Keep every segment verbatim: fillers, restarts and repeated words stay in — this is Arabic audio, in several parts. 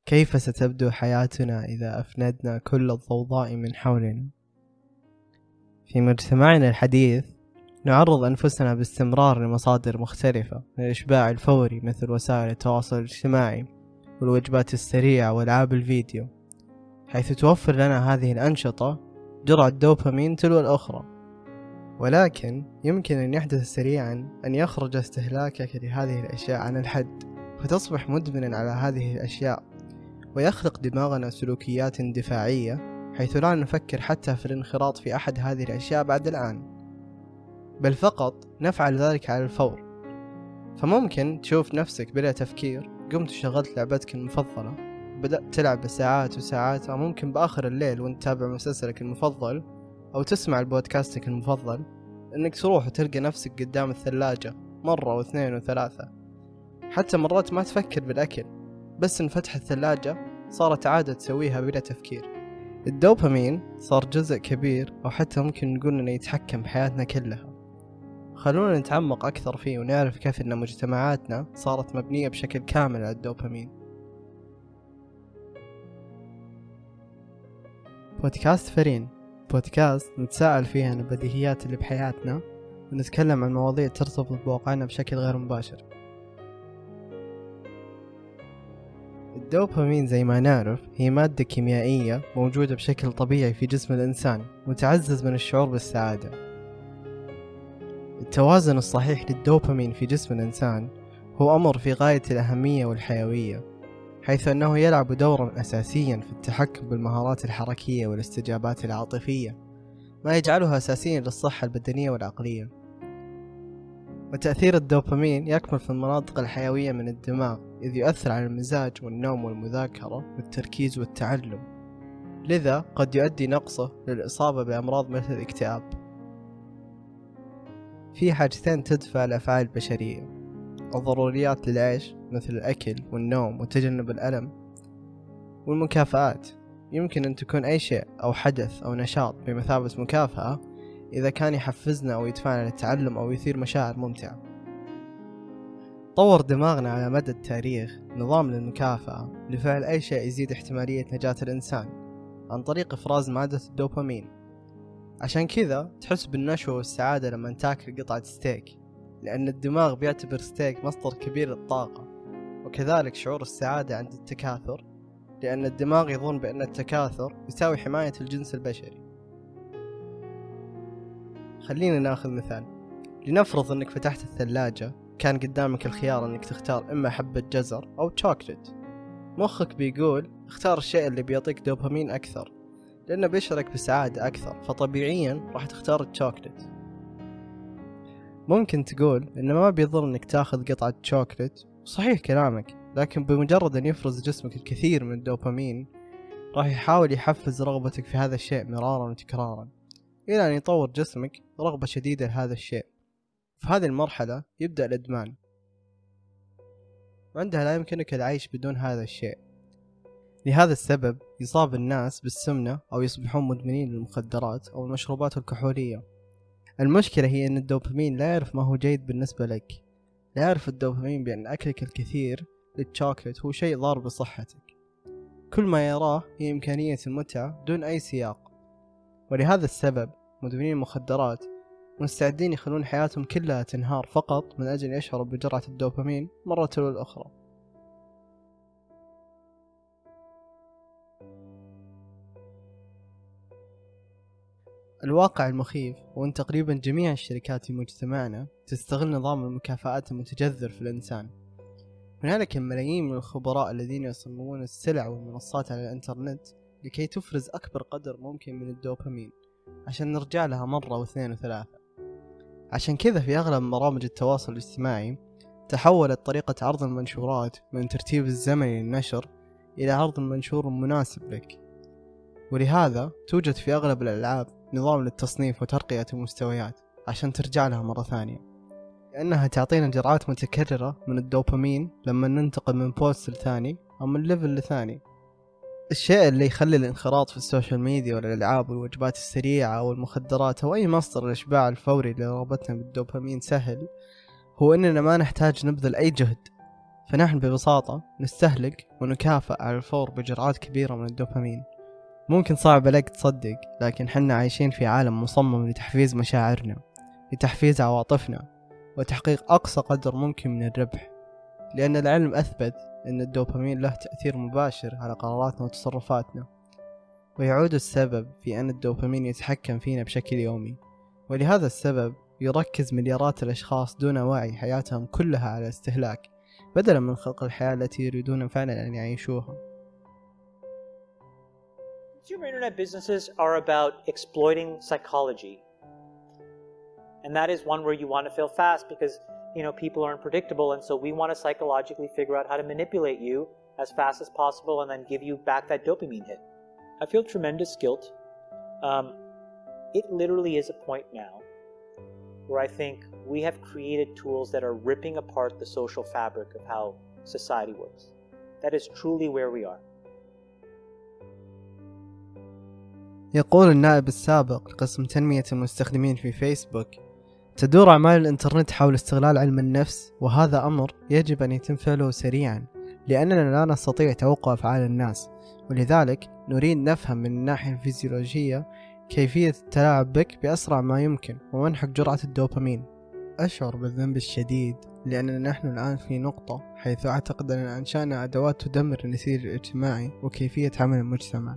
كيف ستبدو حياتنا إذا أفندنا كل الضوضاء من حولنا؟ في مجتمعنا الحديث نعرض أنفسنا باستمرار لمصادر مختلفة من الإشباع الفوري مثل وسائل التواصل الاجتماعي والوجبات السريعة والألعاب الفيديو، حيث توفر لنا هذه الأنشطة جرعة دوبامين تلو الأخرى. ولكن يمكن أن يحدث سريعا أن يخرج استهلاكك لهذه الأشياء عن الحد، فتصبح مدمنا على هذه الأشياء، ويخلق دماغنا سلوكيات دفاعية حيث لا نفكر حتى في الانخراط في أحد هذه الأشياء بعد الآن، بل فقط نفعل ذلك على الفور. فممكن تشوف نفسك بلا تفكير قمت وشغلت لعبتك المفضلة، بدأت تلعب بساعات وساعات، أو ممكن بآخر الليل وانت تتابع مسلسلك المفضل أو تسمع البودكاستك المفضل، إنك تروح وتلقى نفسك قدام الثلاجة مرة واثنين وثلاثة، حتى مرات ما تفكر بالأكل، بس إن فتح الثلاجة صارت عادة تسويها بلا تفكير. الدوبامين صار جزء كبير، أو حتى ممكن نقول إنه يتحكم بحياتنا كلها. خلونا نتعمق أكثر فيه ونعرف كيف إن مجتمعاتنا صارت مبنية بشكل كامل على الدوبامين. بودكاست فرين، بودكاست نتساءل فيه عن البديهيات اللي بحياتنا ونتكلم عن مواضيع ترتبط بواقعنا بشكل غير مباشر. الدوبامين زي ما نعرف هي مادة كيميائية موجودة بشكل طبيعي في جسم الإنسان، وتعزز من الشعور بالسعادة. التوازن الصحيح للدوبامين في جسم الإنسان هو أمر في غاية الأهمية والحيوية، حيث أنه يلعب دورا أساسيا في التحكم بالمهارات الحركية والاستجابات العاطفية، ما يجعلها أساسيا للصحة البدنية والعقلية. وتأثير الدوبامين يكمن في المناطق الحيوية من الدماغ، إذ يؤثر على المزاج والنوم والمذاكرة والتركيز والتعلم، لذا قد يؤدي نقصه للإصابة بأمراض مثل الاكتئاب. في حاجتين تدفع الأفعال البشرية: الضروريات للعيش مثل الأكل والنوم وتجنب الألم، والمكافآت. يمكن أن تكون أي شيء أو حدث أو نشاط بمثابة مكافأة إذا كان يحفزنا أو يدفعنا للتعلم أو يثير مشاعر ممتعة. طور دماغنا على مدى التاريخ نظام للمكافأة لفعل أي شيء يزيد احتمالية نجاة الإنسان عن طريق إفراز مادة الدوبامين. عشان كذا تحس بالنشوة والسعادة لما تاكل قطعة ستيك، لأن الدماغ بيعتبر ستيك مصدر كبير للطاقة. وكذلك شعور السعادة عند التكاثر، لأن الدماغ يظن بأن التكاثر يساوي حماية الجنس البشري. خلينا ناخذ مثال. لنفرض أنك فتحت الثلاجة، كان قدامك الخيار أنك تختار إما حبة جزر أو تشوكلت. مخك بيقول اختار الشيء اللي بيعطيك دوبامين أكثر، لأنه بيشعرك بسعادة أكثر، فطبيعيا راح تختار الشوكلت. ممكن تقول إنه ما بيضر إنك تاخذ قطعة شوكلت، صحيح كلامك، لكن بمجرد أن يفرز جسمك الكثير من الدوبامين راح يحاول يحفز رغبتك في هذا الشيء مرارا وتكرارا، إلى أن يطور جسمك رغبة شديدة لهذا الشيء. في هذه المرحلة يبدأ الإدمان، وعندها لا يمكنك العيش بدون هذا الشيء. لهذا السبب يصاب الناس بالسمنة أو يصبحون مدمنين للمخدرات أو المشروبات الكحولية. المشكلة هي أن الدوبامين لا يعرف ما هو جيد بالنسبة لك. لا يعرف الدوبامين بأن أكلك الكثير للشوكولات هو شيء ضار بصحتك. كل ما يراه هي إمكانية المتعة دون أي سياق. ولهذا السبب مدمنين المخدرات مستعدين يخلون حياتهم كلها تنهار فقط من أجل يشعروا بجرعة الدوبامين مرة تلو الأخرى. الواقع المخيف هو أن تقريبا جميع الشركات في مجتمعنا تستغل نظام المكافآت المتجذر في الإنسان. هنالك الملايين من الخبراء الذين يصممون السلع والمنصات على الإنترنت لكي تفرز أكبر قدر ممكن من الدوبامين عشان نرجع لها مرة واثنين وثلاثة. عشان كذا في أغلب برامج التواصل الاجتماعي تحولت طريقة عرض المنشورات من ترتيب الزمني للنشر إلى عرض المنشور المناسب لك. ولهذا توجد في أغلب الألعاب نظام للتصنيف وترقية المستويات عشان ترجع لها مرة ثانية، لأنها تعطينا جرعات متكررة من الدوبامين لما ننتقل من بوست لثاني أو من ليفل لثاني. الشيء اللي يخلي الانخراط في السوشيال ميديا والألعاب والوجبات السريعة أو المخدرات أو أي مصدر الإشباع الفوري لرغبتنا بالدوبامين سهل، هو إننا ما نحتاج نبذل أي جهد، فنحن ببساطة نستهلك ونكافئ على الفور بجرعات كبيرة من الدوبامين. ممكن صعب عليك تصدق، لكن حنا عايشين في عالم مصمم لتحفيز مشاعرنا، لتحفيز عواطفنا، وتحقيق أقصى قدر ممكن من الربح. لأن العلم أثبت أن الدوبامين له تأثير مباشر على قراراتنا وتصرفاتنا، ويعود السبب في أن الدوبامين يتحكم فينا بشكل يومي. ولهذا السبب يركز مليارات الأشخاص دون وعي حياتهم كلها على الاستهلاك، بدلا من خلق الحياة التي يريدون فعلا أن يعيشوها. Consumer internet businesses are about exploiting psychology. And that is one where you want to fail fast because, you know, people are unpredictable, and so we want to psychologically figure out how to manipulate you as fast as possible and then give you back that dopamine hit. I feel tremendous guilt. Um, it literally is a point now where I think we have created tools that are ripping apart the social fabric of how society works. That is truly where we are. يقول النائب السابق لقسم تنمية المستخدمين في فيسبوك: تدور أعمال الإنترنت حول استغلال علم النفس، وهذا أمر يجب أن يتم فعله سريعا، لأننا لا نستطيع توقع أفعال الناس، ولذلك نريد نفهم من الناحية الفيزيولوجية كيفية التلاعب بك بأسرع ما يمكن ومنحك جرعة الدوبامين. أشعر بالذنب الشديد لأننا نحن الآن في نقطة حيث أعتقد أن أنشأنا أدوات تدمر النسيج الاجتماعي وكيفية عمل المجتمع.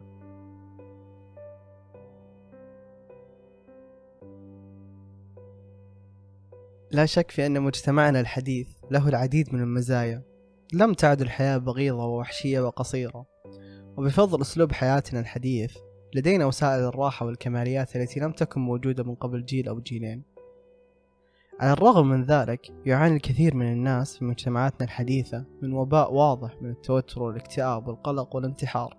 لا شك في أن مجتمعنا الحديث له العديد من المزايا. لم تعد الحياة بغيضة ووحشية وقصيرة، وبفضل أسلوب حياتنا الحديث لدينا وسائل الراحة والكماليات التي لم تكن موجودة من قبل جيل أو جيلين. على الرغم من ذلك يعاني الكثير من الناس في مجتمعاتنا الحديثة من وباء واضح من التوتر والاكتئاب والقلق والانتحار.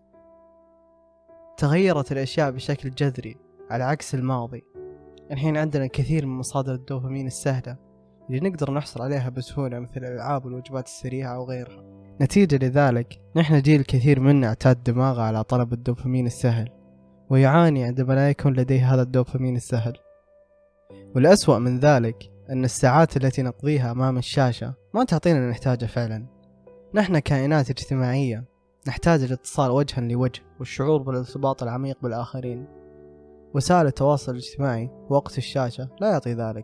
تغيرت الأشياء بشكل جذري على عكس الماضي. الحين عندنا الكثير من مصادر الدوبامين السهلة اللي نقدر نحصل عليها بسهولة، مثل الألعاب والوجبات السريعة وغيرها. نتيجة لذلك نحن جيل الكثير منا اعتاد دماغه على طلب الدوبامين السهل، ويعاني عندما لا يكون لديه هذا الدوبامين السهل. والأسوأ من ذلك أن الساعات التي نقضيها أمام الشاشة ما تعطينا نحتاجه فعلا. نحن كائنات اجتماعية، نحتاج الاتصال وجها لوجه والشعور بالارتباط العميق بالآخرين. وسائل التواصل الاجتماعي وقت الشاشة لا يعطي ذلك.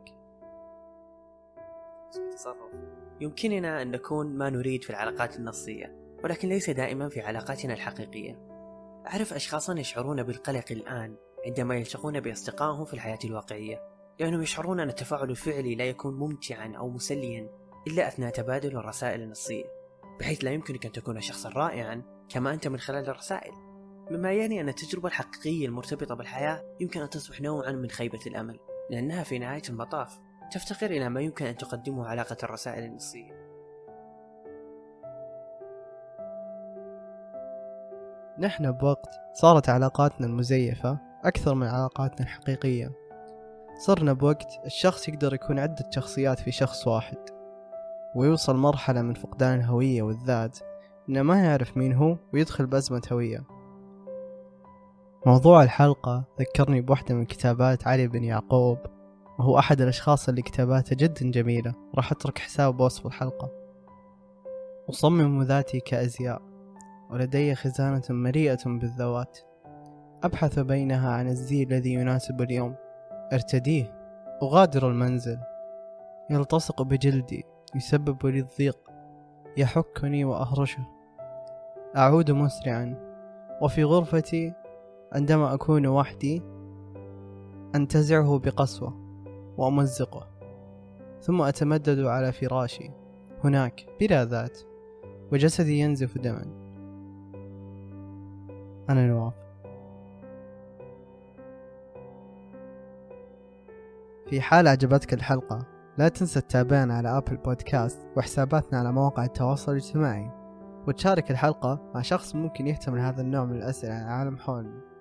يمكننا أن نكون ما نريد في العلاقات النصية، ولكن ليس دائما في علاقاتنا الحقيقية. أعرف أشخاصا يشعرون بالقلق الآن عندما يلتقون بأصدقائهم في الحياة الواقعية، لأنهم يشعرون أن التفاعل الفعلي لا يكون ممتعا أو مسليا إلا أثناء تبادل الرسائل النصية، بحيث لا يمكنك أن تكون شخصا رائعا كما أنت من خلال الرسائل، مما يعني أن التجربة الحقيقية المرتبطة بالحياة يمكن أن تصبح نوعا من خيبة الأمل، لأنها في نهاية المطاف تفتقر إلى ما يمكن أن تقدمه علاقة الرسائل النصية. نحن بوقت صارت علاقاتنا المزيفة أكثر من علاقاتنا الحقيقية. صرنا بوقت الشخص يقدر يكون عدة شخصيات في شخص واحد، ويوصل مرحلة من فقدان الهوية والذات إنه ما يعرف مين هو ويدخل بأزمة هوية. موضوع الحلقة ذكرني بواحدة من كتابات علي بن يعقوب، وهو أحد الأشخاص اللي كتاباته جدا جميلة. راح أترك حساب بوصف الحلقة. أصمم ذاتي كأزياء، ولدي خزانة مليئة بالذوات، أبحث بينها عن الزي الذي يناسب اليوم، ارتديه، أغادر المنزل، يلتصق بجلدي، يسبب لي الضيق، يحكني وأهرشه، أعود مسرعا، وفي غرفتي عندما أكون وحدي أنتزعه بقسوة وأمزقه، ثم أتمدد على فراشي هناك بلا ذات، وجسدي ينزف دما. أنا نواف. في حال عجبتك الحلقة لا تنسى تتابعنا على أبل بودكاست وحساباتنا على مواقع التواصل الاجتماعي، وتشارك الحلقة مع شخص ممكن يهتم لهذا النوع من الأسئلة عن العالم حولنا.